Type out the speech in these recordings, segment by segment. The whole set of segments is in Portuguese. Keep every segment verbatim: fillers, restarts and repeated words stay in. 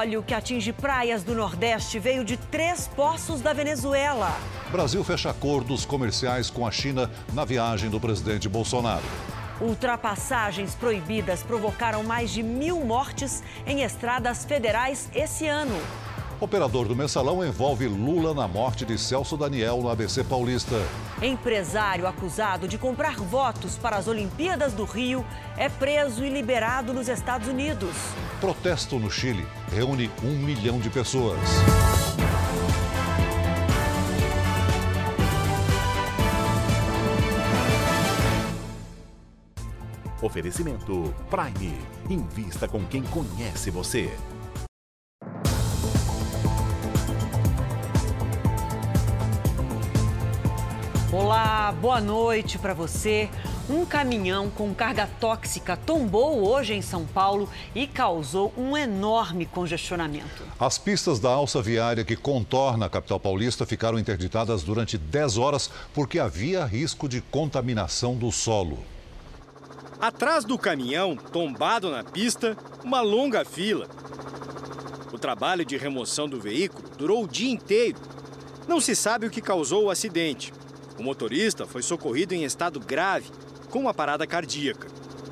óleo que atinge praias do Nordeste veio de três poços da Venezuela. Brasil fecha acordos comerciais com a China na viagem do presidente Bolsonaro. Ultrapassagens proibidas provocaram mais de mil mortes em estradas federais esse ano. Operador do mensalão envolve Lula na morte de Celso Daniel no A B C Paulista. Empresário acusado de comprar votos para as Olimpíadas do Rio é preso e liberado nos Estados Unidos. Protesto no Chile reúne um milhão de pessoas. Oferecimento Prime. Invista com quem conhece você. Olá, boa noite para você. Um caminhão com carga tóxica tombou hoje em São Paulo e causou um enorme congestionamento. As pistas da alça viária que contorna a capital paulista ficaram interditadas durante dez horas porque havia risco de contaminação do solo. Atrás do caminhão, tombado na pista, uma longa fila. O trabalho de remoção do veículo durou o dia inteiro. Não se sabe o que causou o acidente. O motorista foi socorrido em estado grave, com uma parada cardíaca.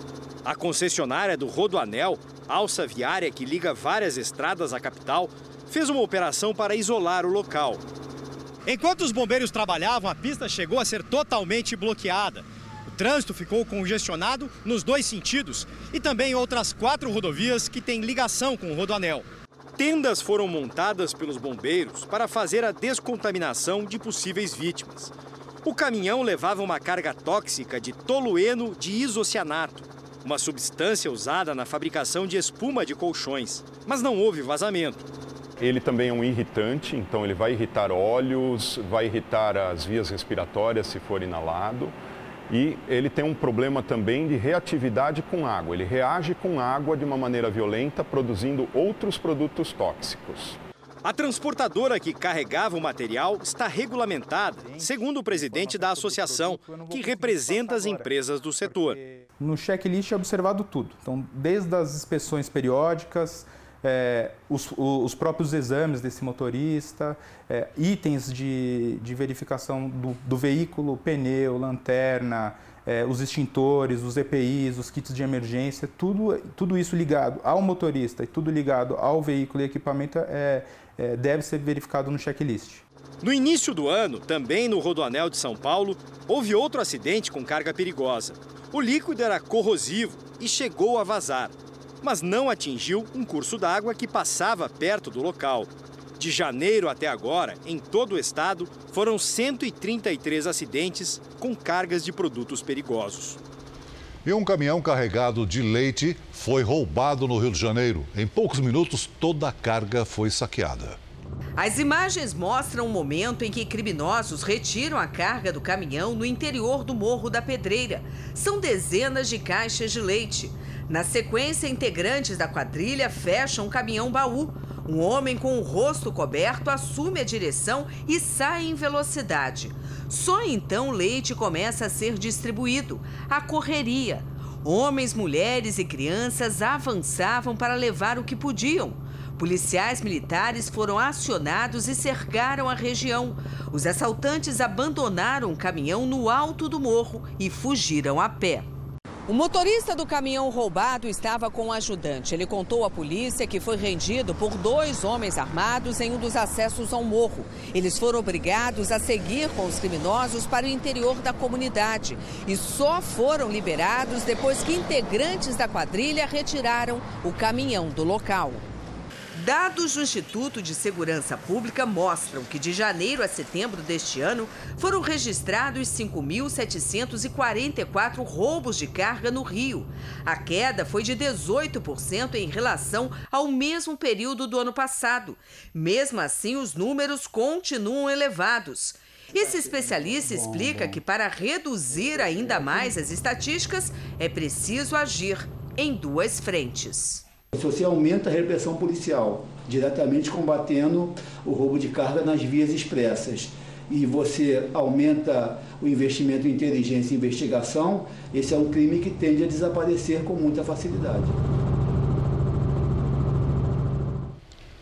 A concessionária do Rodoanel, alça viária que liga várias estradas à capital, fez uma operação para isolar o local. Enquanto os bombeiros trabalhavam, a pista chegou a ser totalmente bloqueada. O trânsito ficou congestionado nos dois sentidos e também em outras quatro rodovias que têm ligação com o Rodoanel. Tendas foram montadas pelos bombeiros para fazer a descontaminação de possíveis vítimas. O caminhão levava uma carga tóxica de tolueno de isocianato, uma substância usada na fabricação de espuma de colchões, mas não houve vazamento. Ele também é um irritante, então ele vai irritar olhos, vai irritar as vias respiratórias se for inalado. E ele tem um problema também de reatividade com água. Ele reage com água de uma maneira violenta, produzindo outros produtos tóxicos. A transportadora que carregava o material está regulamentada, segundo o presidente da associação, que representa as empresas do setor. No checklist é observado tudo. Então, desde as inspeções periódicas, é, os, os próprios exames desse motorista, é, itens de, de verificação do, do veículo, pneu, lanterna, é, os extintores, os E P Is, os kits de emergência, tudo, tudo isso ligado ao motorista e tudo ligado ao veículo e equipamento é, é, deve ser verificado no checklist. No início do ano, também no Rodoanel de São Paulo, houve outro acidente com carga perigosa. O líquido era corrosivo e chegou a vazar, mas não atingiu um curso d'água que passava perto do local. De janeiro até agora, em todo o estado, foram cento e trinta e três acidentes com cargas de produtos perigosos. E um caminhão carregado de leite foi roubado no Rio de Janeiro. Em poucos minutos, toda a carga foi saqueada. As imagens mostram o momento em que criminosos retiram a carga do caminhão no interior do Morro da Pedreira. São dezenas de caixas de leite. Na sequência, integrantes da quadrilha fecham um caminhão-baú. Um homem com o rosto coberto assume a direção e sai em velocidade. Só então o leite começa a ser distribuído. A correria. Homens, mulheres e crianças avançavam para levar o que podiam. Policiais militares foram acionados e cercaram a região. Os assaltantes abandonaram o caminhão no alto do morro e fugiram a pé. O motorista do caminhão roubado estava com um ajudante. Ele contou à polícia que foi rendido por dois homens armados em um dos acessos ao morro. Eles foram obrigados a seguir com os criminosos para o interior da comunidade e só foram liberados depois que integrantes da quadrilha retiraram o caminhão do local. Dados do Instituto de Segurança Pública mostram que de janeiro a setembro deste ano foram registrados cinco mil setecentos e quarenta e quatro roubos de carga no Rio. A queda foi de dezoito por cento em relação ao mesmo período do ano passado. Mesmo assim, os números continuam elevados. Esse especialista explica que para reduzir ainda mais as estatísticas é preciso agir em duas frentes. Se você aumenta a repressão policial, diretamente combatendo o roubo de carga nas vias expressas, e você aumenta o investimento em inteligência e investigação, esse é um crime que tende a desaparecer com muita facilidade.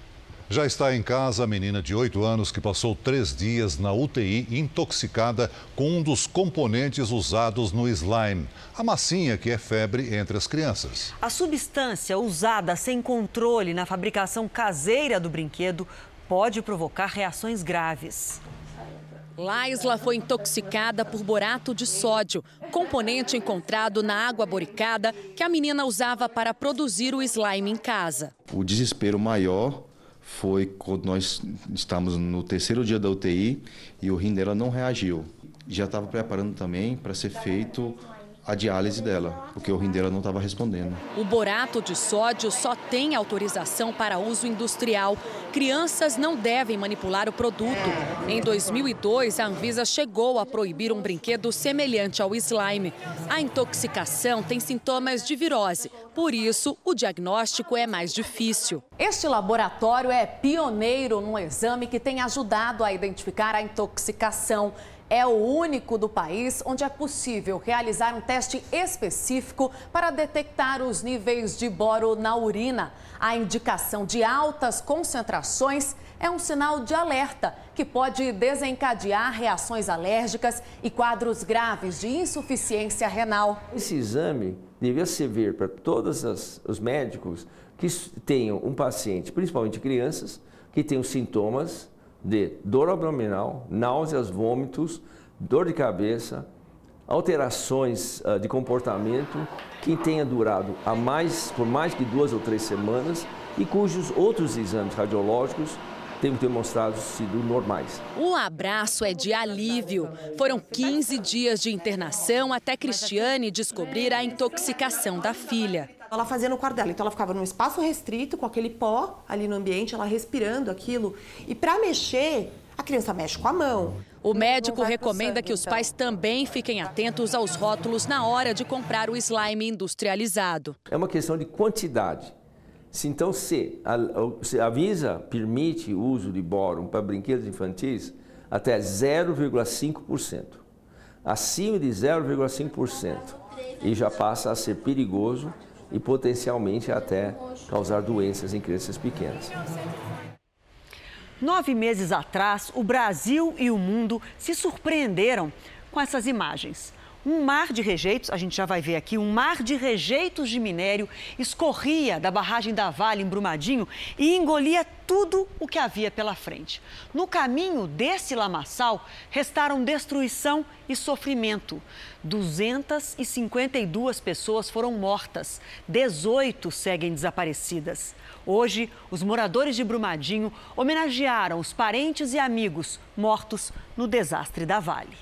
Já está em casa a menina de oito anos que passou três dias na U T I intoxicada com um dos componentes usados no slime, a massinha que é febre entre as crianças. A substância usada sem controle na fabricação caseira do brinquedo pode provocar reações graves. Laisla foi intoxicada por borato de sódio, componente encontrado na água boricada que a menina usava para produzir o slime em casa. O desespero maior foi quando nós estávamos no terceiro dia da U T I e o rim dela não reagiu. Já estava preparando também para ser feito a diálise dela, porque o rim dela não estava respondendo. O borato de sódio só tem autorização para uso industrial. Crianças não devem manipular o produto. Em dois mil e dois, a Anvisa chegou a proibir um brinquedo semelhante ao slime. A intoxicação tem sintomas de virose, por isso o diagnóstico é mais difícil. Este laboratório é pioneiro num exame que tem ajudado a identificar a intoxicação. É o único do país onde é possível realizar um teste específico para detectar os níveis de boro na urina. A indicação de altas concentrações é um sinal de alerta que pode desencadear reações alérgicas e quadros graves de insuficiência renal. Esse exame devia servir para todos os médicos que tenham um paciente, principalmente crianças, que tenham sintomas de dor abdominal, náuseas, vômitos, dor de cabeça, alterações uh, de comportamento que tenha durado a mais, por mais que duas ou três semanas e cujos outros exames radiológicos tenham demonstrado sido normais. O abraço é de alívio. Foram quinze dias de internação até Cristiane descobrir a intoxicação da filha. Ela fazia no quarto dela, então ela ficava num espaço restrito, com aquele pó ali no ambiente, ela respirando aquilo. E para mexer, a criança mexe com a mão. O médico recomenda que os pais também fiquem atentos aos rótulos na hora de comprar o slime industrializado. É uma questão de quantidade. Se, então, se a, se a Anvisa permite o uso de boro para brinquedos infantis, até zero vírgula cinco por cento. Acima de zero vírgula cinco por cento. E já passa a ser perigoso e potencialmente até causar doenças em crianças pequenas. Nove meses atrás, o Brasil e o mundo se surpreenderam com essas imagens. Um mar de rejeitos, a gente já vai ver aqui, um mar de rejeitos de minério escorria da barragem da Vale em Brumadinho e engolia tudo o que havia pela frente. No caminho desse lamaçal, restaram destruição e sofrimento. duzentas e cinquenta e duas pessoas foram mortas, dezoito seguem desaparecidas. Hoje, os moradores de Brumadinho homenagearam os parentes e amigos mortos no desastre da Vale.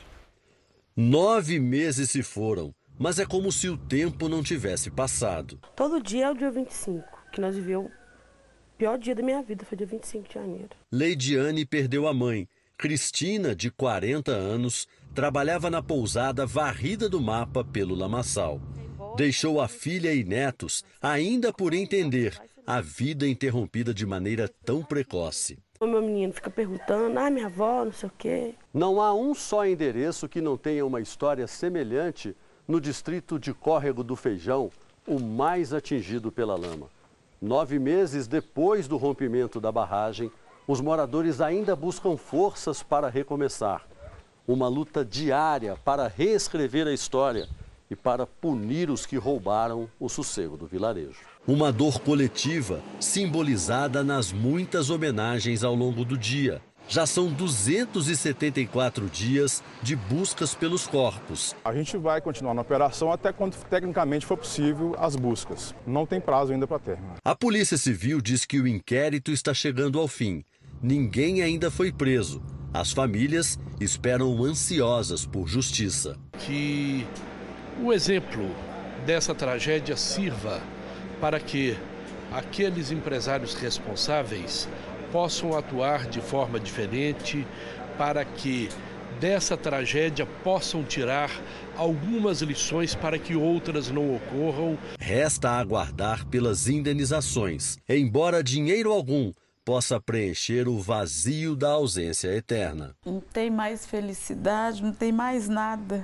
Nove meses se foram, mas é como se o tempo não tivesse passado. Todo dia é o dia vinte e cinco, que nós vivemos o pior dia da minha vida, foi dia vinte e cinco de janeiro. Leidiane perdeu a mãe. Cristina, de quarenta anos, trabalhava na pousada varrida do mapa pelo lamaçal. Deixou a filha e netos, ainda por entender a vida interrompida de maneira tão precoce. O meu menino fica perguntando, ah, minha avó, não sei o quê. Não há um só endereço que não tenha uma história semelhante no distrito de Córrego do Feijão, o mais atingido pela lama. Nove meses depois do rompimento da barragem, os moradores ainda buscam forças para recomeçar. Uma luta diária para reescrever a história e para punir os que roubaram o sossego do vilarejo. Uma dor coletiva simbolizada nas muitas homenagens ao longo do dia. Já são duzentos e setenta e quatro dias de buscas pelos corpos. A gente vai continuar na operação até quando tecnicamente for possível as buscas. Não tem prazo ainda para terminar. A Polícia Civil diz que o inquérito está chegando ao fim. Ninguém ainda foi preso. As famílias esperam ansiosas por justiça. Que o exemplo dessa tragédia sirva para que aqueles empresários responsáveis possam atuar de forma diferente, para que dessa tragédia possam tirar algumas lições para que outras não ocorram. Resta aguardar pelas indenizações, embora dinheiro algum possa preencher o vazio da ausência eterna. Não tem mais felicidade, não tem mais nada.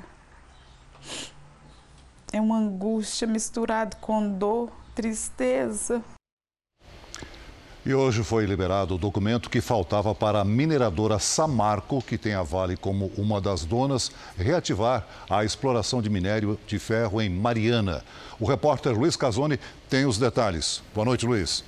É uma angústia misturada com dor, tristeza. E hoje foi liberado o documento que faltava para a mineradora Samarco, que tem a Vale como uma das donas, reativar a exploração de minério de ferro em Mariana. O repórter Luiz Casoni tem os detalhes. Boa noite, Luiz.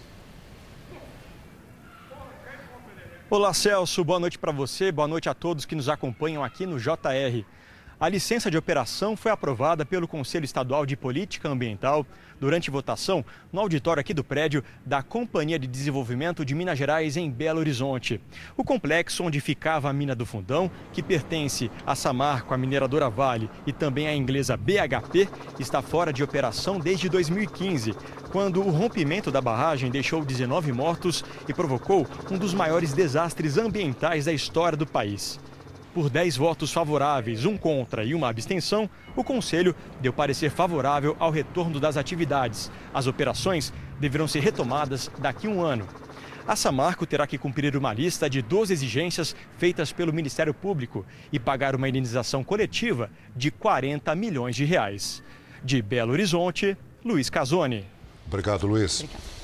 Olá, Celso. Boa noite para você. Boa noite a todos que nos acompanham aqui no J R. A licença de operação foi aprovada pelo Conselho Estadual de Política Ambiental durante votação no auditório aqui do prédio da Companhia de Desenvolvimento de Minas Gerais em Belo Horizonte. O complexo onde ficava a mina do Fundão, que pertence à Samarco, a mineradora Vale e também à inglesa B H P, está fora de operação desde dois mil e quinze, quando o rompimento da barragem deixou dezenove mortos e provocou um dos maiores desastres ambientais da história do país. Por dez votos favoráveis, um contra e uma abstenção, o Conselho deu parecer favorável ao retorno das atividades. As operações deverão ser retomadas daqui a um ano. A Samarco terá que cumprir uma lista de doze exigências feitas pelo Ministério Público e pagar uma indenização coletiva de quarenta milhões de reais. De Belo Horizonte, Luiz Casoni. Obrigado, Luiz. Obrigado.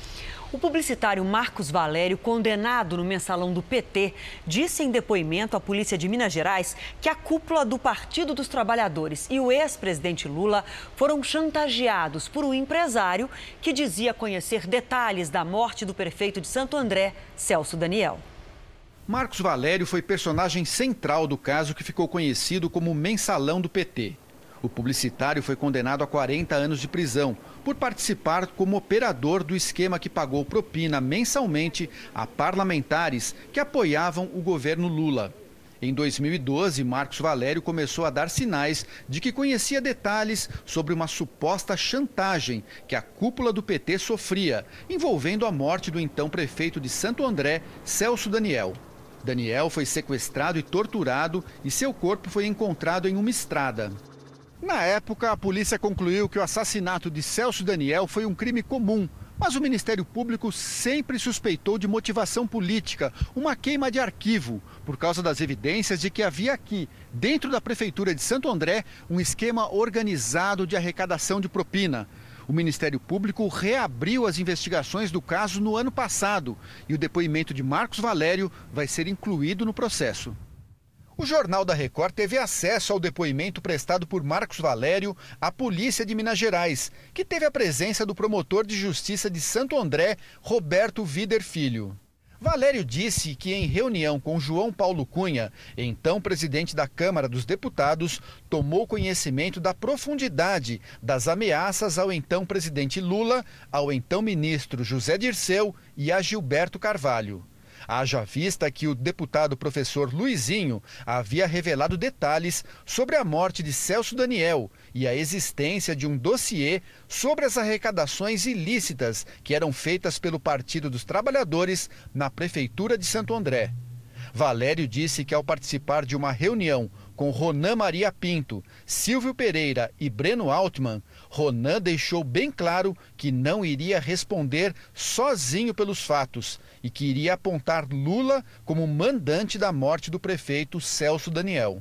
O publicitário Marcos Valério, condenado no mensalão do P T, disse em depoimento à Polícia de Minas Gerais que a cúpula do Partido dos Trabalhadores e o ex-presidente Lula foram chantageados por um empresário que dizia conhecer detalhes da morte do prefeito de Santo André, Celso Daniel. Marcos Valério foi personagem central do caso que ficou conhecido como mensalão do P T. O publicitário foi condenado a quarenta anos de prisão por participar como operador do esquema que pagou propina mensalmente a parlamentares que apoiavam o governo Lula. Em dois mil e doze, Marcos Valério começou a dar sinais de que conhecia detalhes sobre uma suposta chantagem que a cúpula do P T sofria, envolvendo a morte do então prefeito de Santo André, Celso Daniel. Daniel foi sequestrado e torturado e seu corpo foi encontrado em uma estrada. Na época, a polícia concluiu que o assassinato de Celso Daniel foi um crime comum, mas o Ministério Público sempre suspeitou de motivação política, uma queima de arquivo, por causa das evidências de que havia aqui, dentro da Prefeitura de Santo André, um esquema organizado de arrecadação de propina. O Ministério Público reabriu as investigações do caso no ano passado e o depoimento de Marcos Valério vai ser incluído no processo. O Jornal da Record teve acesso ao depoimento prestado por Marcos Valério à Polícia de Minas Gerais, que teve a presença do promotor de justiça de Santo André, Roberto Vider Filho. Valério disse que em reunião com João Paulo Cunha, então presidente da Câmara dos Deputados, tomou conhecimento da profundidade das ameaças ao então presidente Lula, ao então ministro José Dirceu e a Gilberto Carvalho. Haja vista que o deputado professor Luizinho havia revelado detalhes sobre a morte de Celso Daniel e a existência de um dossiê sobre as arrecadações ilícitas que eram feitas pelo Partido dos Trabalhadores na Prefeitura de Santo André. Valério disse que ao participar de uma reunião com Ronan Maria Pinto, Silvio Pereira e Breno Altman, Ronan deixou bem claro que não iria responder sozinho pelos fatos e que iria apontar Lula como mandante da morte do prefeito Celso Daniel.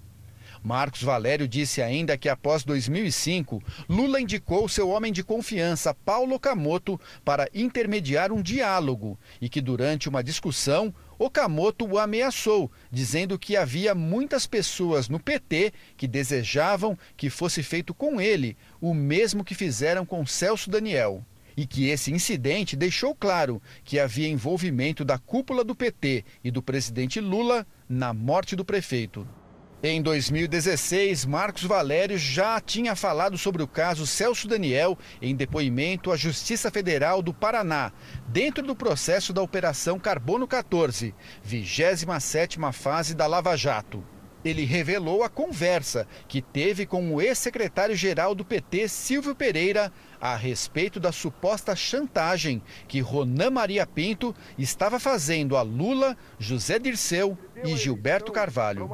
Marcos Valério disse ainda que após dois mil e cinco, Lula indicou seu homem de confiança, Paulo Okamoto, para intermediar um diálogo e que durante uma discussão, Okamoto o ameaçou, dizendo que havia muitas pessoas no P T que desejavam que fosse feito com ele o mesmo que fizeram com Celso Daniel. E que esse incidente deixou claro que havia envolvimento da cúpula do P T e do presidente Lula na morte do prefeito. Em dois mil e dezesseis, Marcos Valério já tinha falado sobre o caso Celso Daniel em depoimento à Justiça Federal do Paraná, dentro do processo da Operação Carbono quatorze, vigésima sétima fase da Lava Jato. Ele revelou a conversa que teve com o ex-secretário-geral do P T, Silvio Pereira, a respeito da suposta chantagem que Ronan Maria Pinto estava fazendo a Lula, José Dirceu e Gilberto Carvalho.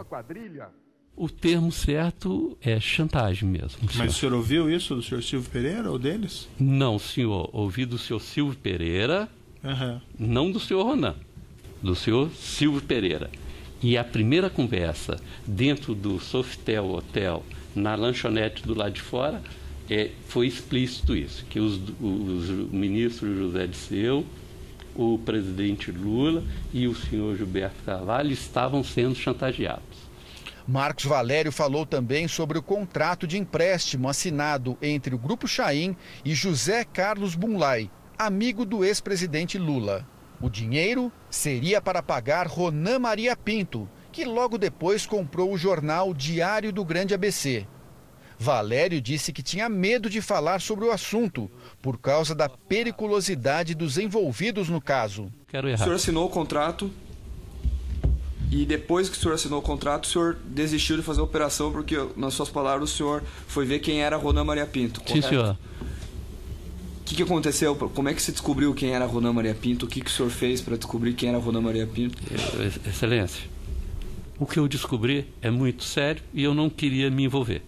O termo certo é chantagem mesmo. Mas senhor. o senhor ouviu isso do senhor Silvio Pereira ou deles? Não, senhor. Ouvi do senhor Silvio Pereira, uhum. não do senhor Ronan, do senhor Silvio Pereira. E a primeira conversa dentro do Sofitel Hotel, na lanchonete do lado de fora, é, foi explícito isso, que os, os ministros José Dirceu, o presidente Lula e o senhor Gilberto Carvalho estavam sendo chantageados. Marcos Valério falou também sobre o contrato de empréstimo assinado entre o Grupo Chaim e José Carlos Bunlai, amigo do ex-presidente Lula. O dinheiro seria para pagar Ronan Maria Pinto, que logo depois comprou o jornal Diário do Grande A B C. Valério disse que tinha medo de falar sobre o assunto, por causa da periculosidade dos envolvidos no caso. Quero errar. O senhor assinou o contrato e depois que o senhor assinou o contrato, o senhor desistiu de fazer a operação porque, nas suas palavras, o senhor foi ver quem era Ronan Maria Pinto, correto? Sim, senhor. O que, que aconteceu? Como é que se descobriu quem era Ronan Maria Pinto? O que, que o senhor fez para descobrir quem era Ronan Maria Pinto? Excelência, o que eu descobri é muito sério e eu não queria me envolver.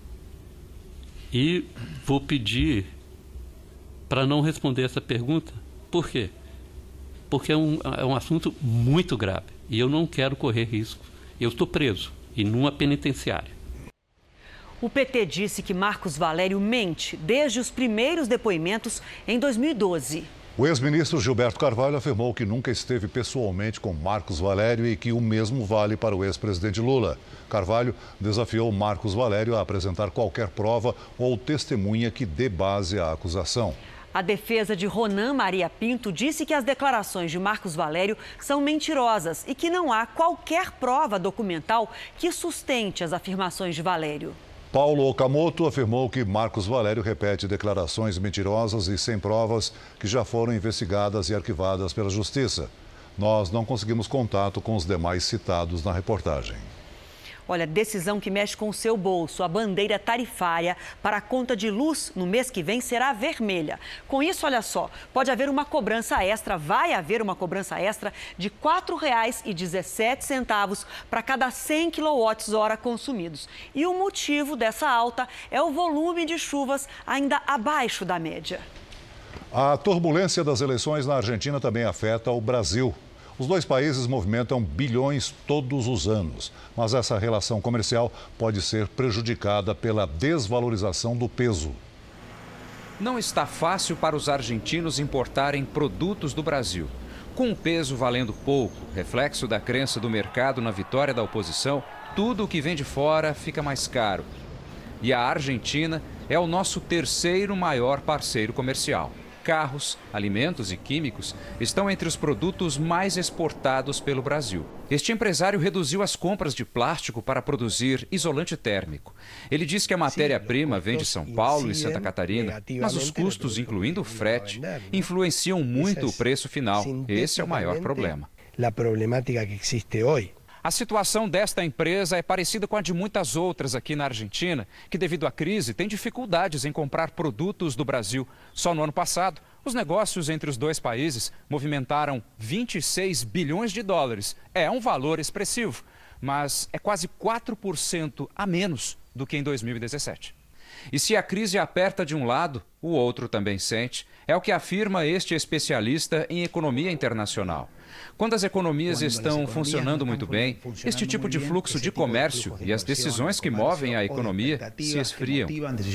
E vou pedir para não responder essa pergunta. Por quê? Porque é um, é um assunto muito grave e eu não quero correr risco. Eu estou preso e numa penitenciária. O P T disse que Marcos Valério mente desde os primeiros depoimentos em dois mil e doze. O ex-ministro Gilberto Carvalho afirmou que nunca esteve pessoalmente com Marcos Valério e que o mesmo vale para o ex-presidente Lula. Carvalho desafiou Marcos Valério a apresentar qualquer prova ou testemunha que dê base à acusação. A defesa de Ronan Maria Pinto disse que as declarações de Marcos Valério são mentirosas e que não há qualquer prova documental que sustente as afirmações de Valério. Paulo Okamoto afirmou que Marcos Valério repete declarações mentirosas e sem provas que já foram investigadas e arquivadas pela Justiça. Nós não conseguimos contato com os demais citados na reportagem. Olha, decisão que mexe com o seu bolso. A bandeira tarifária para a conta de luz no mês que vem será vermelha. Com isso, olha só, pode haver uma cobrança extra, vai haver uma cobrança extra de quatro reais e dezessete centavos para cada cem quilowatts-hora consumidos. E o motivo dessa alta é o volume de chuvas ainda abaixo da média. A turbulência das eleições na Argentina também afeta o Brasil. Os dois países movimentam bilhões todos os anos, mas essa relação comercial pode ser prejudicada pela desvalorização do peso. Não está fácil para os argentinos importarem produtos do Brasil. Com o peso valendo pouco, reflexo da crença do mercado na vitória da oposição, tudo o que vem de fora fica mais caro. E a Argentina é o nosso terceiro maior parceiro comercial. Carros, alimentos e químicos estão entre os produtos mais exportados pelo Brasil. Este empresário reduziu as compras de plástico para produzir isolante térmico. Ele diz que a matéria-prima vem de São Paulo e Santa Catarina, mas os custos, incluindo o frete, influenciam muito o preço final. Esse é o maior problema. A problemática que existe hoje. A situação desta empresa é parecida com a de muitas outras aqui na Argentina, que devido à crise tem dificuldades em comprar produtos do Brasil. Só no ano passado, os negócios entre os dois países movimentaram vinte e seis bilhões de dólares. É um valor expressivo, mas é quase quatro por cento a menos do que em dois mil e dezessete. E se a crise aperta de um lado, o outro também sente. É o que afirma este especialista em economia internacional. Quando as economias estão funcionando muito bem, este tipo de fluxo de comércio e as decisões que movem a economia se esfriam.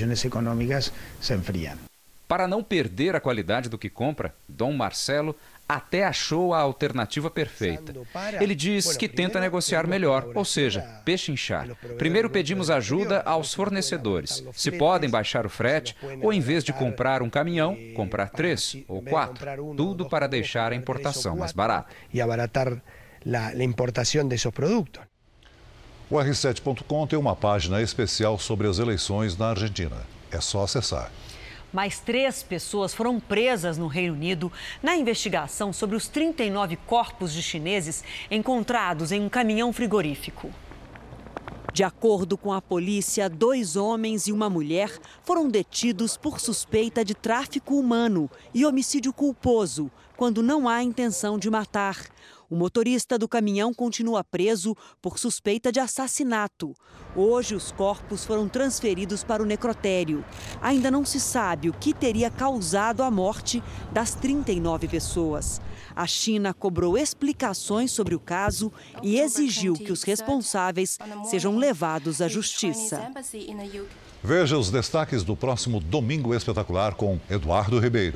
Para não perder a qualidade do que compra, Dom Marcelo até achou a alternativa perfeita. Ele diz que tenta negociar melhor, ou seja, pechinchar. Primeiro pedimos ajuda aos fornecedores. Se podem baixar o frete, ou em vez de comprar um caminhão, comprar três ou quatro. Tudo para deixar a importação mais barata. E abaratar a importação desses produtos. O R sete ponto com tem uma página especial sobre as eleições na Argentina. É só acessar. Mais três pessoas foram presas no Reino Unido na investigação sobre os trinta e nove corpos de chineses encontrados em um caminhão frigorífico. De acordo com a polícia, dois homens e uma mulher foram detidos por suspeita de tráfico humano e homicídio culposo, quando não há intenção de matar. O motorista do caminhão continua preso por suspeita de assassinato. Hoje, os corpos foram transferidos para o necrotério. Ainda não se sabe o que teria causado a morte das trinta e nove pessoas. A China cobrou explicações sobre o caso e exigiu que os responsáveis sejam levados à justiça. Veja os destaques do próximo Domingo Espetacular com Eduardo Ribeiro.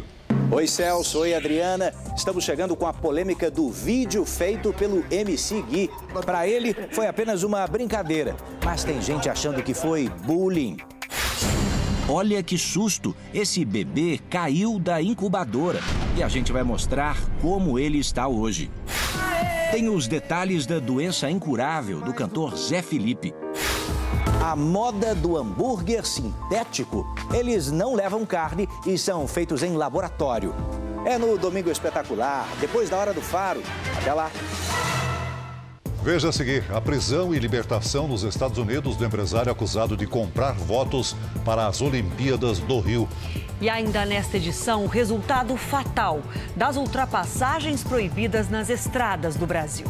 Oi, Celso. Oi, Adriana. Estamos chegando com a polêmica do vídeo feito pelo M C Gui. Para ele, foi apenas uma brincadeira, mas tem gente achando que foi bullying. Olha que susto! Esse bebê caiu da incubadora e a gente vai mostrar como ele está hoje. Tem os detalhes da doença incurável do cantor Zé Felipe. A moda do hambúrguer sintético. Eles não levam carne e são feitos em laboratório. É no Domingo Espetacular, depois da Hora do Faro. Até lá. Veja a seguir, a prisão e libertação nos Estados Unidos do empresário acusado de comprar votos para as Olimpíadas do Rio. E ainda nesta edição, o resultado fatal das ultrapassagens proibidas nas estradas do Brasil.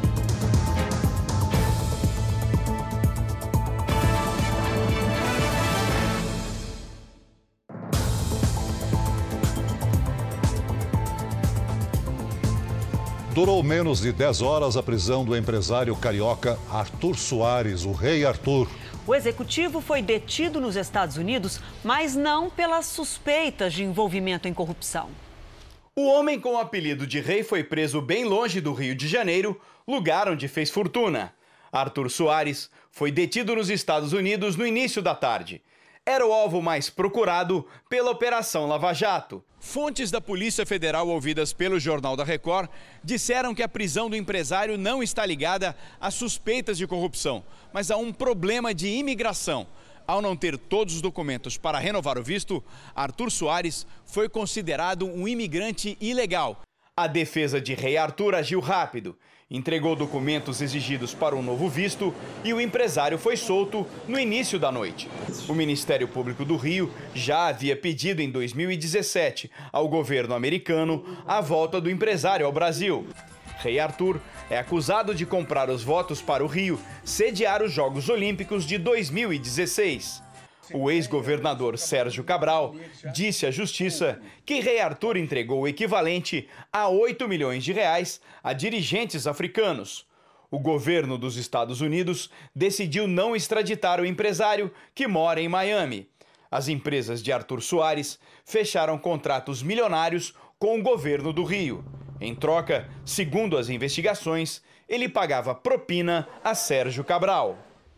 Durou menos de dez horas a prisão do empresário carioca Arthur Soares, o Rei Arthur. O executivo foi detido nos Estados Unidos, mas não pelas suspeitas de envolvimento em corrupção. O homem com o apelido de Rei foi preso bem longe do Rio de Janeiro, lugar onde fez fortuna. Arthur Soares foi detido nos Estados Unidos no início da tarde. Era o alvo mais procurado pela Operação Lava Jato. Fontes da Polícia Federal ouvidas pelo Jornal da Record disseram que a prisão do empresário não está ligada a suspeitas de corrupção, mas a um problema de imigração. Ao não ter todos os documentos para renovar o visto, Arthur Soares foi considerado um imigrante ilegal. A defesa de Rei Arthur agiu rápido, entregou documentos exigidos para um novo visto e o empresário foi solto no início da noite. O Ministério Público do Rio já havia pedido em dois mil e dezessete ao governo americano a volta do empresário ao Brasil. Rei Arthur é acusado de comprar os votos para o Rio sediar os Jogos Olímpicos de dois mil e dezesseis. O ex-governador Sérgio Cabral disse à Justiça que Rei Arthur entregou o equivalente a oito milhões de reais a dirigentes africanos. O governo dos Estados Unidos decidiu não extraditar o empresário, que mora em Miami. As empresas de Arthur Soares fecharam contratos milionários com o governo do Rio. Em troca, segundo as investigações, ele pagava propina a Sérgio Cabral.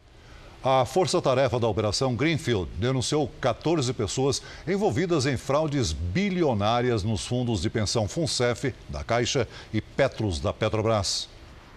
A força-tarefa da Operação Greenfield denunciou quatorze pessoas envolvidas em fraudes bilionárias nos fundos de pensão FUNCEF, da Caixa, e Petros, da Petrobras.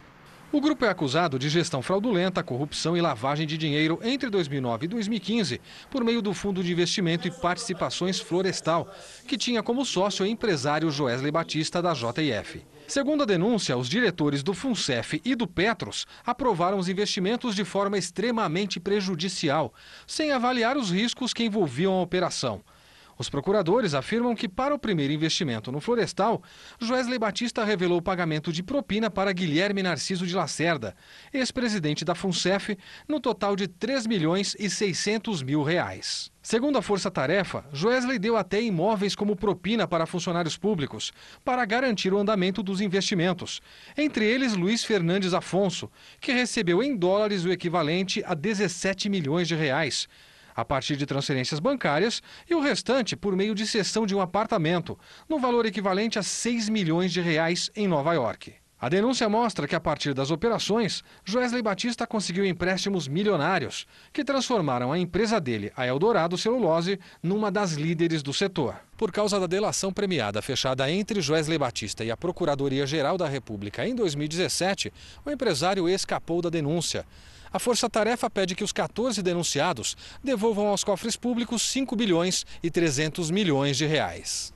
O grupo é acusado de gestão fraudulenta, corrupção e lavagem de dinheiro entre dois mil e nove e dois mil e quinze, por meio do Fundo de Investimento e Participações Florestal, que tinha como sócio o empresário Joesley Batista, da J F. Segundo a denúncia, os diretores do FUNCEF e do Petros aprovaram os investimentos de forma extremamente prejudicial, sem avaliar os riscos que envolviam a operação. Os procuradores afirmam que, para o primeiro investimento no Florestal, Joesley Batista revelou o pagamento de propina para Guilherme Narciso de Lacerda, ex-presidente da FUNCEF, no total de três milhões e seiscentos mil reais. Segundo a Força Tarefa, Joesley deu até imóveis como propina para funcionários públicos, para garantir o andamento dos investimentos. Entre eles, Luiz Fernandes Afonso, que recebeu em dólares o equivalente a dezessete milhões de reais, a partir de transferências bancárias, e o restante por meio de cessão de um apartamento, no valor equivalente a seis milhões de reais em Nova York. A denúncia mostra que, a partir das operações, Joesley Batista conseguiu empréstimos milionários, que transformaram a empresa dele, a Eldorado Celulose, numa das líderes do setor. Por causa da delação premiada fechada entre Joesley Batista e a Procuradoria-Geral da República em dois mil e dezessete, o empresário escapou da denúncia. A Força Tarefa pede que os quatorze denunciados devolvam aos cofres públicos cinco bilhões e trezentos milhões de reais.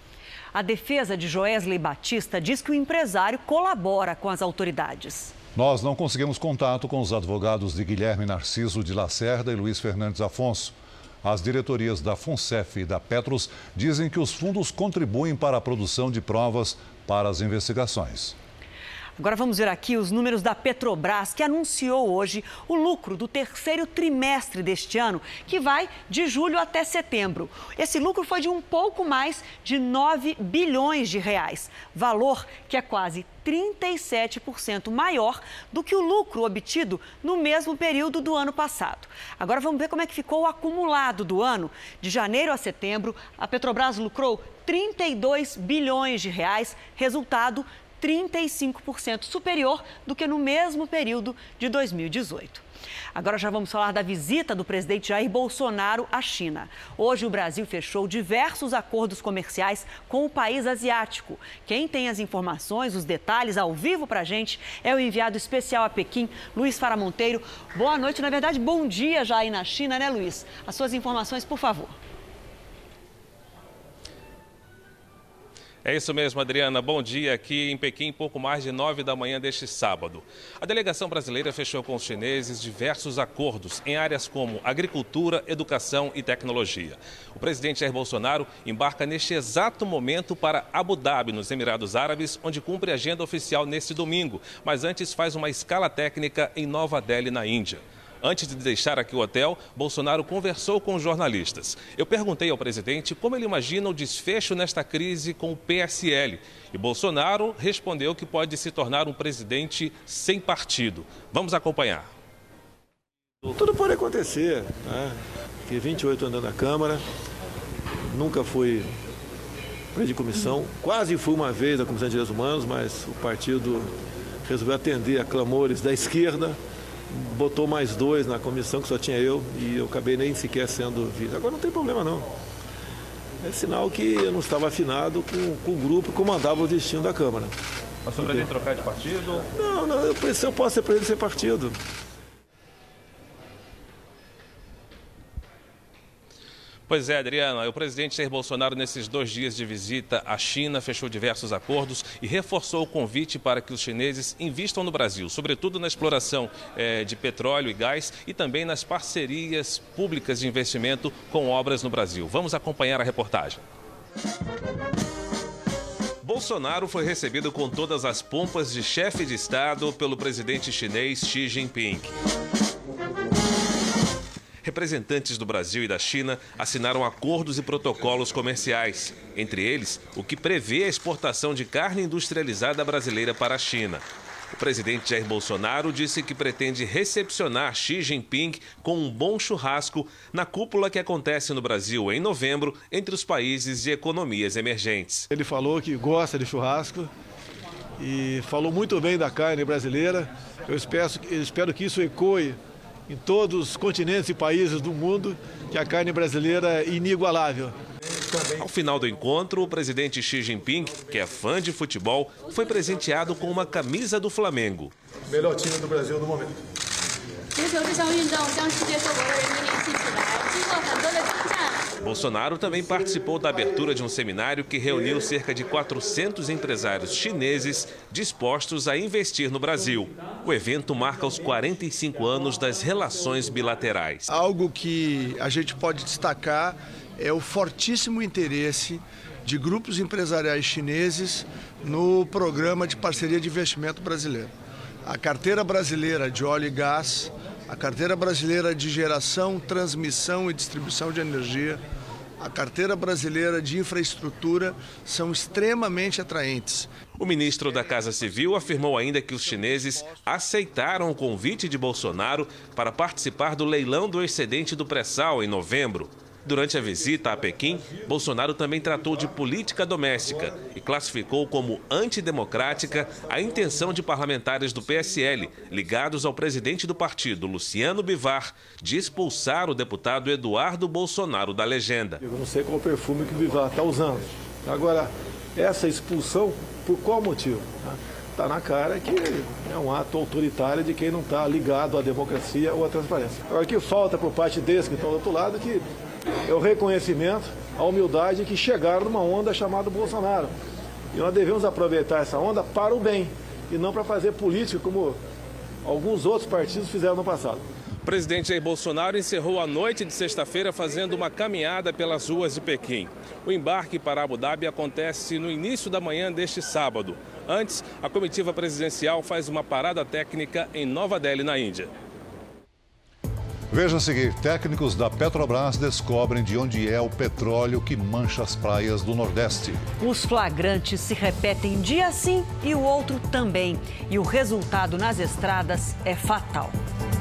A defesa de Joesley Batista diz que o empresário colabora com as autoridades. Nós não conseguimos contato com os advogados de Guilherme Narciso de Lacerda e Luiz Fernandes Afonso. As diretorias da FUNCEF e da Petros dizem que os fundos contribuem para a produção de provas para as investigações. Agora vamos ver aqui os números da Petrobras, que anunciou hoje o lucro do terceiro trimestre deste ano, que vai de julho até setembro. Esse lucro foi de um pouco mais de nove bilhões de reais, valor que é quase trinta e sete por cento maior do que o lucro obtido no mesmo período do ano passado. Agora vamos ver como é que ficou o acumulado do ano. De janeiro a setembro, a Petrobras lucrou trinta e dois bilhões de reais, resultado trinta e cinco por cento superior do que no mesmo período de dois mil e dezoito. Agora já vamos falar da visita do presidente Jair Bolsonaro à China. Hoje o Brasil fechou diversos acordos comerciais com o país asiático. Quem tem as informações, os detalhes ao vivo para a gente é o enviado especial a Pequim, Luiz Fara Monteiro. Boa noite, na verdade, bom dia já aí na China, né, Luiz? As suas informações, por favor. É isso mesmo, Adriana. Bom dia aqui em Pequim, pouco mais de nove da manhã deste sábado. A delegação brasileira fechou com os chineses diversos acordos em áreas como agricultura, educação e tecnologia. O presidente Jair Bolsonaro embarca neste exato momento para Abu Dhabi, nos Emirados Árabes, onde cumpre a agenda oficial neste domingo, mas antes faz uma escala técnica em Nova Delhi, na Índia. Antes de deixar aqui o hotel, Bolsonaro conversou com os jornalistas. Eu perguntei ao presidente como ele imagina o desfecho nesta crise com o P S L. E Bolsonaro respondeu que pode se tornar um presidente sem partido. Vamos acompanhar. Tudo pode acontecer, né? Fiquei vinte e oito anos na Câmara, nunca fui presidente de comissão, quase fui uma vez na Comissão de Direitos Humanos, mas o partido resolveu atender a clamores da esquerda. Botou mais dois na comissão, que só tinha eu, e eu acabei nem sequer sendo vice. Agora não tem problema não. É sinal que eu não estava afinado com, com o grupo que comandava o destino da Câmara. Mas você pretende trocar de partido? Não, não, eu, eu posso ser presidente sem partido. Pois é, Adriana, o presidente Jair Bolsonaro, nesses dois dias de visita à China, fechou diversos acordos e reforçou o convite para que os chineses investam no Brasil, sobretudo na exploração eh, de petróleo e gás e também nas parcerias públicas de investimento com obras no Brasil. Vamos acompanhar a reportagem. Bolsonaro foi recebido com todas as pompas de chefe de Estado pelo presidente chinês Xi Jinping. Representantes do Brasil e da China assinaram acordos e protocolos comerciais, entre eles o que prevê a exportação de carne industrializada brasileira para a China. O presidente Jair Bolsonaro disse que pretende recepcionar Xi Jinping com um bom churrasco na cúpula que acontece no Brasil em novembro entre os países de economias emergentes. Ele falou que gosta de churrasco e falou muito bem da carne brasileira. Eu espero, eu espero que isso ecoe em todos os continentes e países do mundo, que a carne brasileira é inigualável. Ao final do encontro, o presidente Xi Jinping, que é fã de futebol, foi presenteado com uma camisa do Flamengo. Melhor time do Brasil no momento. Bolsonaro também participou da abertura de um seminário que reuniu cerca de quatrocentos empresários chineses dispostos a investir no Brasil. O evento marca os quarenta e cinco anos das relações bilaterais. Algo que a gente pode destacar é o fortíssimo interesse de grupos empresariais chineses no programa de parceria de investimento brasileiro. A carteira brasileira de óleo e gás, a carteira brasileira de geração, transmissão e distribuição de energia, a carteira brasileira de infraestrutura são extremamente atraentes. O ministro da Casa Civil afirmou ainda que os chineses aceitaram o convite de Bolsonaro para participar do leilão do excedente do pré-sal em novembro. Durante a visita a Pequim, Bolsonaro também tratou de política doméstica e classificou como antidemocrática a intenção de parlamentares do P S L, ligados ao presidente do partido, Luciano Bivar, de expulsar o deputado Eduardo Bolsonaro da legenda. Eu não sei qual o perfume que o Bivar está usando. Agora, essa expulsão, por qual motivo? Está na cara que é um ato autoritário de quem não está ligado à democracia ou à transparência. Agora, o que falta por parte desses que estão do outro lado que é o reconhecimento, a humildade que chegaram numa onda chamada Bolsonaro. E nós devemos aproveitar essa onda para o bem e não para fazer política como alguns outros partidos fizeram no passado. O presidente Jair Bolsonaro encerrou a noite de sexta-feira fazendo uma caminhada pelas ruas de Pequim. O embarque para Abu Dhabi acontece no início da manhã deste sábado. Antes, a comitiva presidencial faz uma parada técnica em Nova Delhi, na Índia. Veja a seguir, técnicos da Petrobras descobrem de onde é o petróleo que mancha as praias do Nordeste. Os flagrantes se repetem dia sim e o outro também. E o resultado nas estradas é fatal.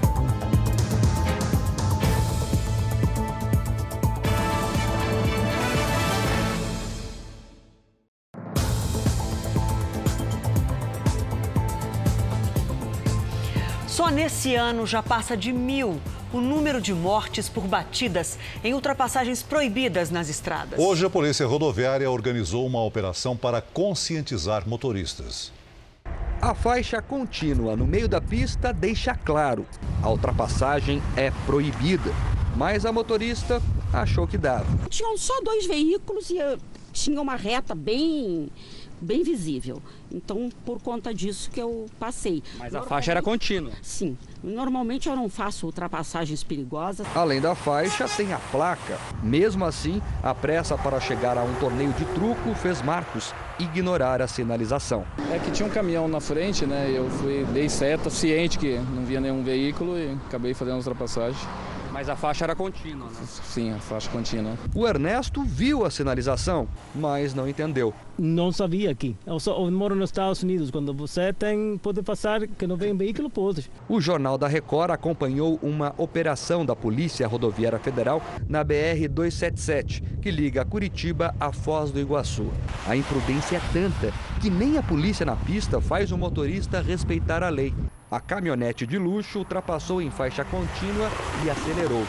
Só nesse ano já passa de mil o número de mortes por batidas em ultrapassagens proibidas nas estradas. Hoje a Polícia Rodoviária organizou uma operação para conscientizar motoristas. A faixa contínua no meio da pista deixa claro, a ultrapassagem é proibida. Mas a motorista achou que dava. Tinham só dois veículos e tinha uma reta bem... bem visível. Então, por conta disso que eu passei. Mas a faixa era contínua? Sim. Normalmente eu não faço ultrapassagens perigosas. Além da faixa, tem a placa. Mesmo assim, a pressa para chegar a um torneio de truco fez Marcos ignorar a sinalização. É que tinha um caminhão na frente, né? Eu fui, dei seta, ciente que não via nenhum veículo e acabei fazendo a ultrapassagem. Mas a faixa era contínua, né? Sim, a faixa contínua. O Ernesto viu a sinalização, mas não entendeu. Não sabia aqui. Eu, só, eu moro nos Estados Unidos. Quando você tem, pode passar, que não vem veículo, pode. O Jornal da Record acompanhou uma operação da Polícia Rodoviária Federal na B R duzentos e setenta e sete, que liga Curitiba a Foz do Iguaçu. A imprudência é tanta que nem a polícia na pista faz o motorista respeitar a lei. A caminhonete de luxo ultrapassou em faixa contínua e acelerou.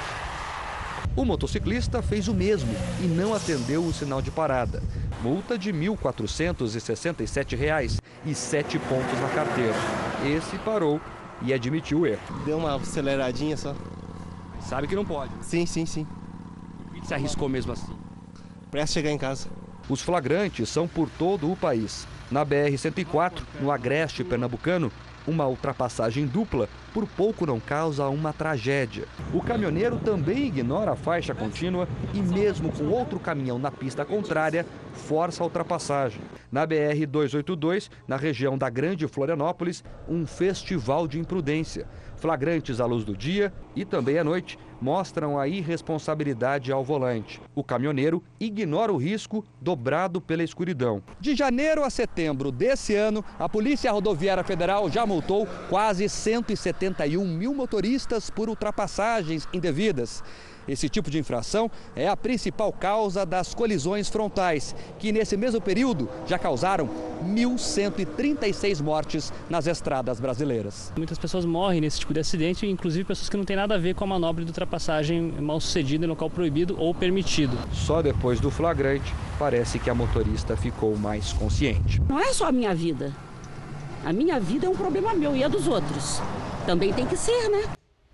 O motociclista fez o mesmo e não atendeu o sinal de parada. Multa de mil quatrocentos e sessenta e sete reais e sete pontos na carteira. Esse parou e admitiu o erro. Deu uma aceleradinha só. Sabe que não pode? Sim, sim, sim. Por que se arriscou mesmo assim? Para chegar em casa. Os flagrantes são por todo o país. Na B R cento e quatro, no Agreste Pernambucano, uma ultrapassagem dupla por pouco não causa uma tragédia. O caminhoneiro também ignora a faixa contínua e mesmo com outro caminhão na pista contrária, força a ultrapassagem. Na B R duzentos e oitenta e dois, na região da Grande Florianópolis, um festival de imprudência. Flagrantes à luz do dia e também à noite mostram a irresponsabilidade ao volante. O caminhoneiro ignora o risco dobrado pela escuridão. De janeiro a setembro desse ano, a Polícia Rodoviária Federal já multou quase cento e setenta e um mil motoristas por ultrapassagens indevidas. Esse tipo de infração é a principal causa das colisões frontais, que nesse mesmo período já causaram mil cento e trinta e seis mortes nas estradas brasileiras. Muitas pessoas morrem nesse tipo de acidente, inclusive pessoas que não têm nada a ver com a manobra de ultrapassagem mal sucedida em local proibido ou permitido. Só depois do flagrante, parece que a motorista ficou mais consciente. Não é só a minha vida. A minha vida é um problema meu e a dos outros. Também tem que ser, né?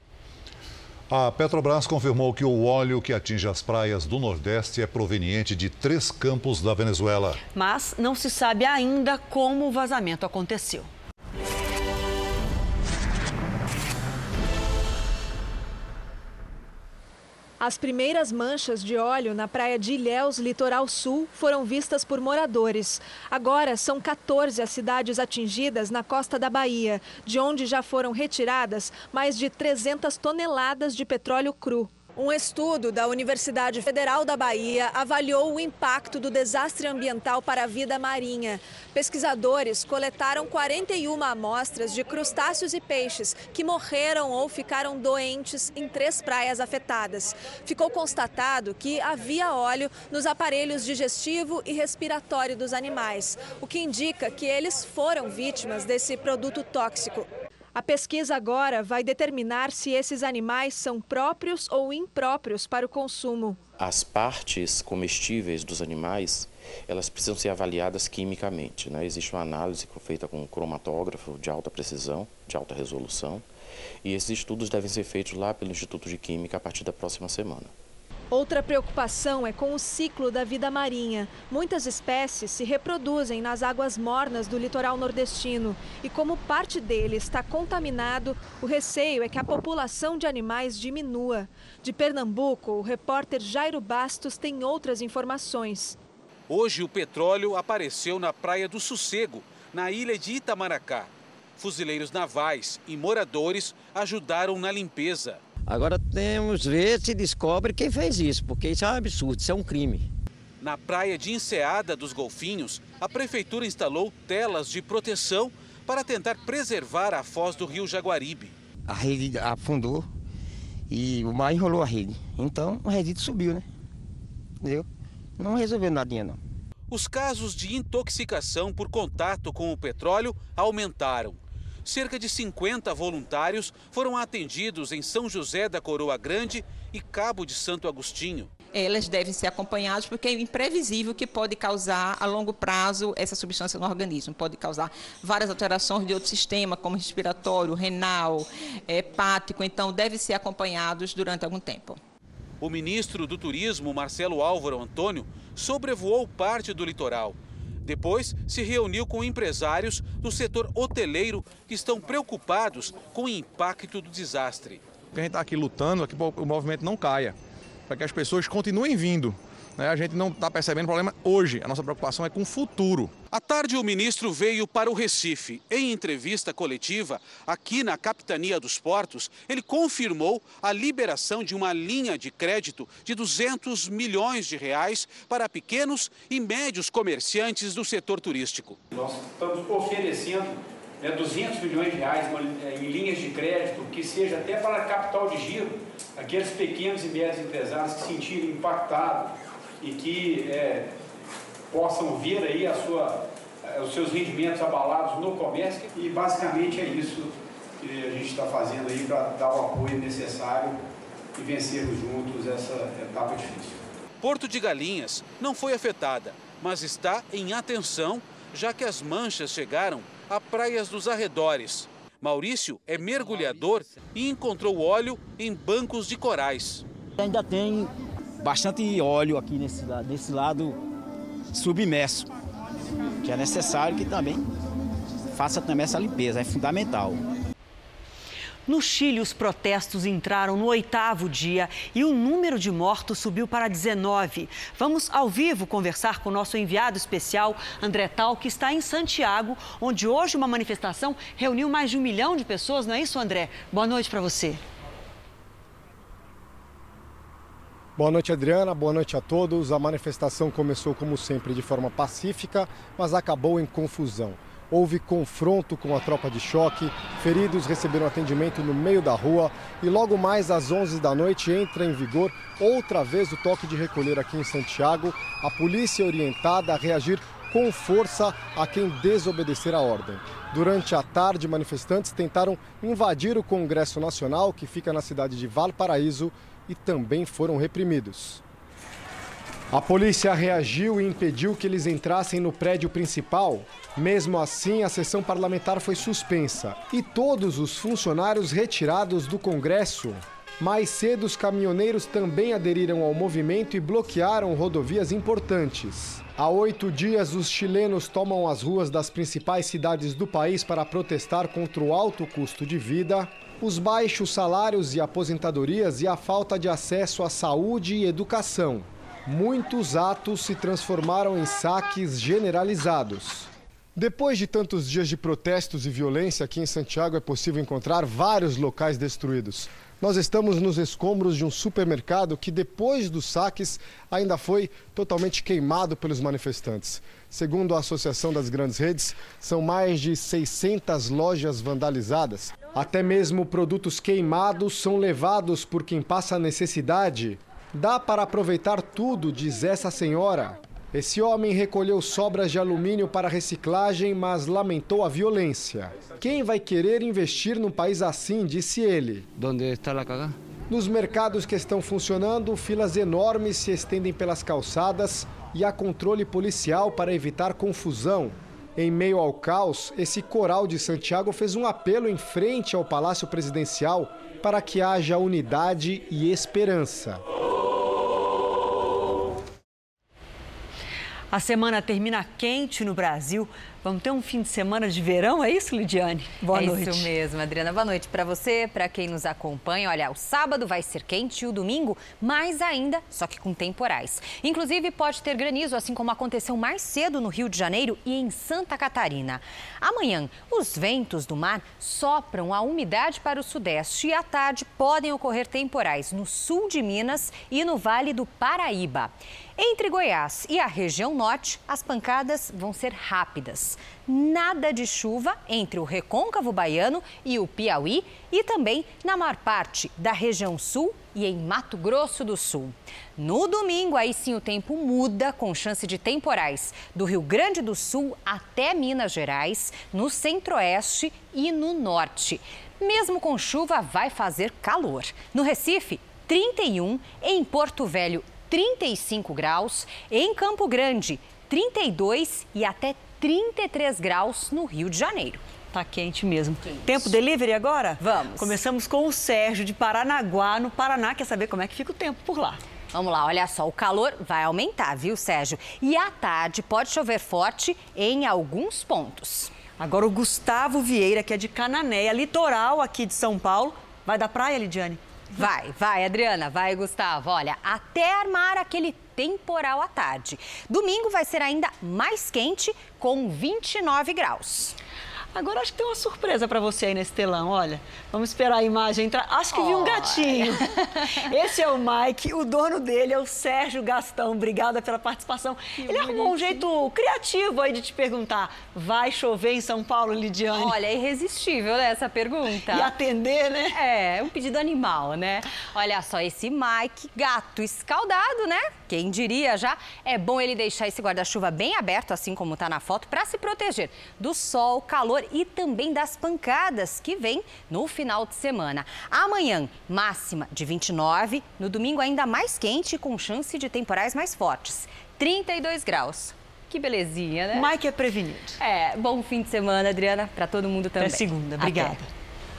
A Petrobras confirmou que o óleo que atinge as praias do Nordeste é proveniente de três campos da Venezuela. Mas não se sabe ainda como o vazamento aconteceu. As primeiras manchas de óleo na praia de Ilhéus, litoral sul, foram vistas por moradores. Agora são quatorze as cidades atingidas na costa da Bahia, de onde já foram retiradas mais de trezentas toneladas de petróleo cru. Um estudo da Universidade Federal da Bahia avaliou o impacto do desastre ambiental para a vida marinha. Pesquisadores coletaram quarenta e uma amostras de crustáceos e peixes que morreram ou ficaram doentes em três praias afetadas. Ficou constatado que havia óleo nos aparelhos digestivo e respiratório dos animais, o que indica que eles foram vítimas desse produto tóxico. A pesquisa agora vai determinar se esses animais são próprios ou impróprios para o consumo. As partes comestíveis dos animais, elas precisam ser avaliadas quimicamente, né? Existe uma análise feita com um cromatógrafo de alta precisão, de alta resolução, e esses estudos devem ser feitos lá pelo Instituto de Química a partir da próxima semana. Outra preocupação é com o ciclo da vida marinha. Muitas espécies se reproduzem nas águas mornas do litoral nordestino. E como parte dele está contaminado, o receio é que a população de animais diminua. De Pernambuco, o repórter Jairo Bastos tem outras informações. Hoje o petróleo apareceu na Praia do Sossego, na ilha de Itamaracá. Fuzileiros navais e moradores ajudaram na limpeza. Agora temos que ver se descobre quem fez isso, porque isso é um absurdo, isso é um crime. Na praia de Enseada dos Golfinhos, a prefeitura instalou telas de proteção para tentar preservar a foz do rio Jaguaribe. A rede afundou e o mar enrolou a rede, então o resíduo subiu, né? Entendeu? Não resolveu nadinha, não. Os casos de intoxicação por contato com o petróleo aumentaram. Cerca de cinquenta voluntários foram atendidos em São José da Coroa Grande e Cabo de Santo Agostinho. Elas devem ser acompanhadas porque é imprevisível que pode causar a longo prazo essa substância no organismo. Pode causar várias alterações de outro sistema, como respiratório, renal, hepático, então devem ser acompanhados durante algum tempo. O ministro do Turismo, Marcelo Álvaro Antônio, sobrevoou parte do litoral. Depois, se reuniu com empresários do setor hoteleiro que estão preocupados com o impacto do desastre. A gente está aqui lutando para que o movimento não caia, para que as pessoas continuem vindo. A gente não está percebendo o problema hoje, a nossa preocupação é com o futuro. À tarde, o ministro veio para o Recife. Em entrevista coletiva, aqui na Capitania dos Portos, ele confirmou a liberação de uma linha de crédito de duzentos milhões de reais para pequenos e médios comerciantes do setor turístico. Nós estamos oferecendo né, duzentos milhões de reais em linhas de crédito, que seja até para capital de giro, aqueles pequenos e médios empresários que se sentirem impactados e que é, possam ver aí a sua, os seus rendimentos abalados no comércio. E basicamente é isso que a gente está fazendo aí para dar o apoio necessário e vencermos juntos essa etapa difícil. Porto de Galinhas não foi afetada, mas está em atenção, já que as manchas chegaram a praias dos arredores. Maurício é mergulhador e encontrou óleo em bancos de corais. Ainda tem bastante óleo aqui nesse, nesse lado submerso, que é necessário que também faça também essa limpeza, é fundamental. No Chile, os protestos entraram no oitavo dia e o número de mortos subiu para dezenove. Vamos ao vivo conversar com o nosso enviado especial, André Tal, que está em Santiago, onde hoje uma manifestação reuniu mais de um milhão de pessoas, não é isso, André? Boa noite para você. Boa noite, Adriana. Boa noite a todos. A manifestação começou, como sempre, de forma pacífica, mas acabou em confusão. Houve confronto com a tropa de choque, feridos receberam atendimento no meio da rua e logo mais às onze da noite entra em vigor outra vez o toque de recolher aqui em Santiago. A polícia é orientada a reagir com força a quem desobedecer a ordem. Durante a tarde, manifestantes tentaram invadir o Congresso Nacional, que fica na cidade de Valparaíso, e também foram reprimidos. A polícia reagiu e impediu que eles entrassem no prédio principal. Mesmo assim, a sessão parlamentar foi suspensa e todos os funcionários retirados do Congresso. Mais cedo, os caminhoneiros também aderiram ao movimento e bloquearam rodovias importantes. Há oito dias, os chilenos tomam as ruas das principais cidades do país para protestar contra o alto custo de vida, os baixos salários e aposentadorias e a falta de acesso à saúde e educação. Muitos atos se transformaram em saques generalizados. Depois de tantos dias de protestos e violência, aqui em Santiago é possível encontrar vários locais destruídos. Nós estamos nos escombros de um supermercado que, depois dos saques, ainda foi totalmente queimado pelos manifestantes. Segundo a Associação das Grandes Redes, são mais de seiscentas lojas vandalizadas. Até mesmo produtos queimados são levados por quem passa necessidade. Dá para aproveitar tudo, diz essa senhora. Esse homem recolheu sobras de alumínio para reciclagem, mas lamentou a violência. Quem vai querer investir num país assim, disse ele. Onde está a cagada? Nos mercados que estão funcionando, filas enormes se estendem pelas calçadas e há controle policial para evitar confusão. Em meio ao caos, esse coral de Santiago fez um apelo em frente ao Palácio Presidencial para que haja unidade e esperança. A semana termina quente no Brasil. Vamos ter um fim de semana de verão, é isso, Lidiane? Boa é noite. É isso mesmo, Adriana. Boa noite para você, para quem nos acompanha. Olha, o sábado vai ser quente e o domingo mais ainda, só que com temporais. Inclusive, pode ter granizo, assim como aconteceu mais cedo no Rio de Janeiro e em Santa Catarina. Amanhã, os ventos do mar sopram a umidade para o sudeste e à tarde podem ocorrer temporais no sul de Minas e no Vale do Paraíba. Entre Goiás e a região norte, as pancadas vão ser rápidas. Nada de chuva entre o Recôncavo Baiano e o Piauí e também na maior parte da região sul e em Mato Grosso do Sul. No domingo, aí sim o tempo muda, com chance de temporais do Rio Grande do Sul até Minas Gerais, no centro-oeste e no norte. Mesmo com chuva, vai fazer calor. No Recife, trinta e um, em Porto Velho, trinta e cinco graus, em Campo Grande, trinta e dois e até trinta e três graus no Rio de Janeiro. Tá quente mesmo. Quente. Tempo delivery agora? Vamos. Começamos com o Sérgio de Paranaguá, no Paraná. Quer saber como é que fica o tempo por lá? Vamos lá, olha só, o calor vai aumentar, viu, Sérgio? E à tarde pode chover forte em alguns pontos. Agora o Gustavo Vieira, que é de Cananéia, litoral aqui de São Paulo. Vai da praia, Lidiane? Vai, vai, Adriana, vai, Gustavo. Olha, até armar aquele temporal à tarde. Domingo vai ser ainda mais quente, com vinte e nove graus. Agora acho que tem uma surpresa para você aí nesse telão, olha. Vamos esperar a imagem entrar. Acho que oh. vi um gatinho. Esse é o Mike, o dono dele é o Sérgio Gastão. Obrigada pela participação. Que Ele bonitinho. Arrumou um jeito criativo aí de te perguntar, vai chover em São Paulo, Lidiane? Olha, é irresistível, né, essa pergunta. E atender, né? É, um pedido animal, né? Olha só, esse Mike, gato escaldado, né? Quem diria já? É bom ele deixar esse guarda-chuva bem aberto, assim como tá na foto, para se proteger do sol, calor e também das pancadas que vem no final de semana. Amanhã, máxima de vinte e nove, no domingo ainda mais quente com chance de temporais mais fortes, trinta e dois graus. Que belezinha, né? Mike é prevenido. É, bom fim de semana, Adriana, para todo mundo também. Até segunda, obrigada. Até.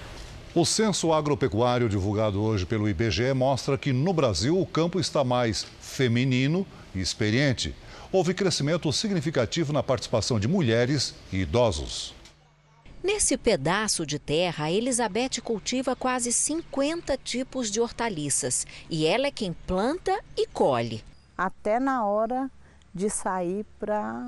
O censo agropecuário divulgado hoje pelo I B G E mostra que no Brasil o campo está mais feminino e experiente. Houve crescimento significativo na participação de mulheres e idosos. Nesse pedaço de terra, a Elizabeth cultiva quase cinquenta tipos de hortaliças e ela é quem planta e colhe. Até na hora de sair para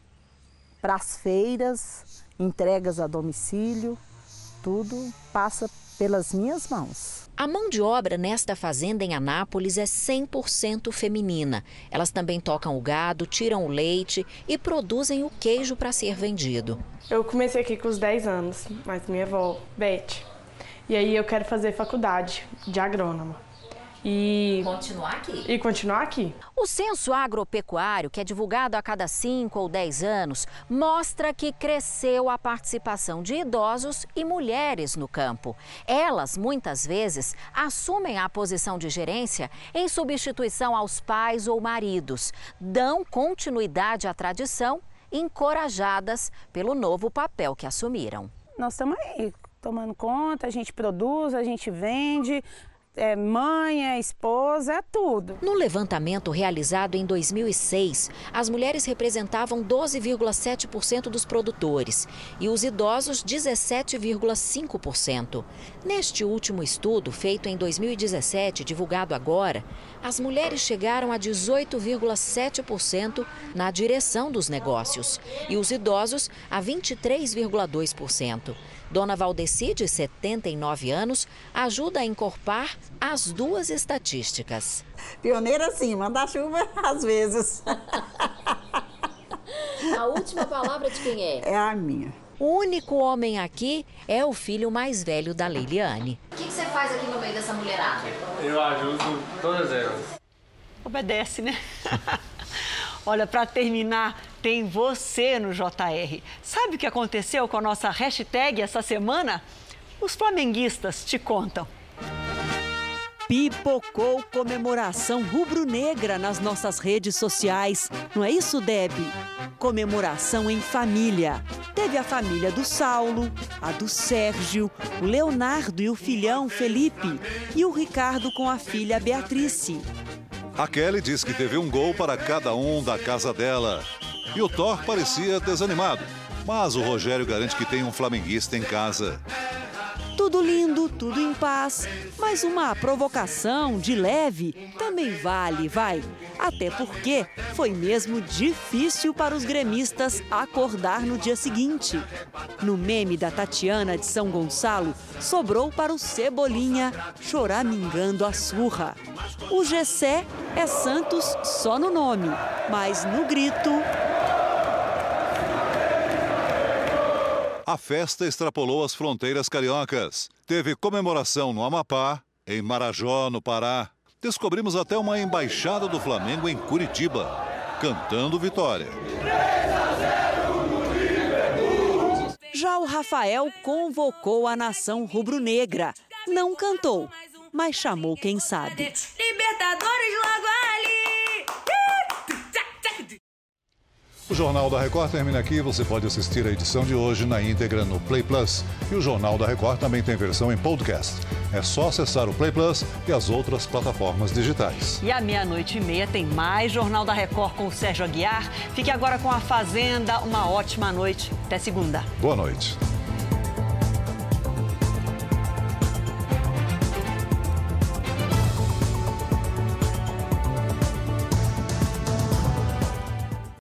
as feiras, entregas a domicílio, tudo passa pelas minhas mãos. A mão de obra nesta fazenda em Anápolis é cem por cento feminina. Elas também tocam o gado, tiram o leite e produzem o queijo para ser vendido. Eu comecei aqui com os dez anos, mas minha avó, Beth. E aí eu quero fazer faculdade de agrônoma. E continuar aqui. E continuar aqui. O censo agropecuário, que é divulgado a cada cinco ou dez anos, mostra que cresceu a participação de idosos e mulheres no campo. Elas, muitas vezes, assumem a posição de gerência em substituição aos pais ou maridos, dão continuidade à tradição, encorajadas pelo novo papel que assumiram. Nós estamos aí tomando conta, a gente produz, a gente vende. É mãe, é esposa, é tudo. No levantamento realizado em dois mil e seis, as mulheres representavam doze vírgula sete por cento dos produtores e os idosos dezessete vírgula cinco por cento. Neste último estudo, feito em dois mil e dezessete, divulgado agora, as mulheres chegaram a dezoito vírgula sete por cento na direção dos negócios e os idosos a vinte e três vírgula dois por cento. Dona Valdeci, de setenta e nove anos, ajuda a encorpar as duas estatísticas. Pioneira sim, manda chuva às vezes. A última palavra de quem é? É a minha. O único homem aqui é o filho mais velho da Leiliane. O que, que você faz aqui no meio dessa mulherada? Eu ajudo todas elas. Obedece, né? Olha, para terminar, tem você no J R. Sabe o que aconteceu com a nossa hashtag essa semana? Os flamenguistas te contam. Pipocou comemoração rubro-negra nas nossas redes sociais. Não é isso, Deb? Comemoração em família. Teve a família do Saulo, a do Sérgio, o Leonardo e o filhão Felipe e o Ricardo com a filha Beatrice. A Kelly diz que teve um gol para cada um da casa dela. E o Thor parecia desanimado, mas o Rogério garante que tem um flamenguista em casa. Tudo lindo, tudo em paz, mas uma provocação de leve também vale, vai. Até porque foi mesmo difícil para os gremistas acordar no dia seguinte. No meme da Tatiana de São Gonçalo, sobrou para o Cebolinha choramingando a surra. O Gessé é Santos só no nome, mas no grito... A festa extrapolou as fronteiras cariocas. Teve comemoração no Amapá, em Marajó, no Pará. Descobrimos até uma embaixada do Flamengo em Curitiba, cantando vitória. Já o Rafael convocou a nação rubro-negra. Não cantou, mas chamou quem sabe. Libertadores logo ali. O Jornal da Record termina aqui. Você pode assistir a edição de hoje na íntegra no Play Plus. E o Jornal da Record também tem versão em podcast. É só acessar o Play Plus e as outras plataformas digitais. E à meia-noite e meia tem mais Jornal da Record com o Sérgio Aguiar. Fique agora com a Fazenda. Uma ótima noite. Até segunda. Boa noite.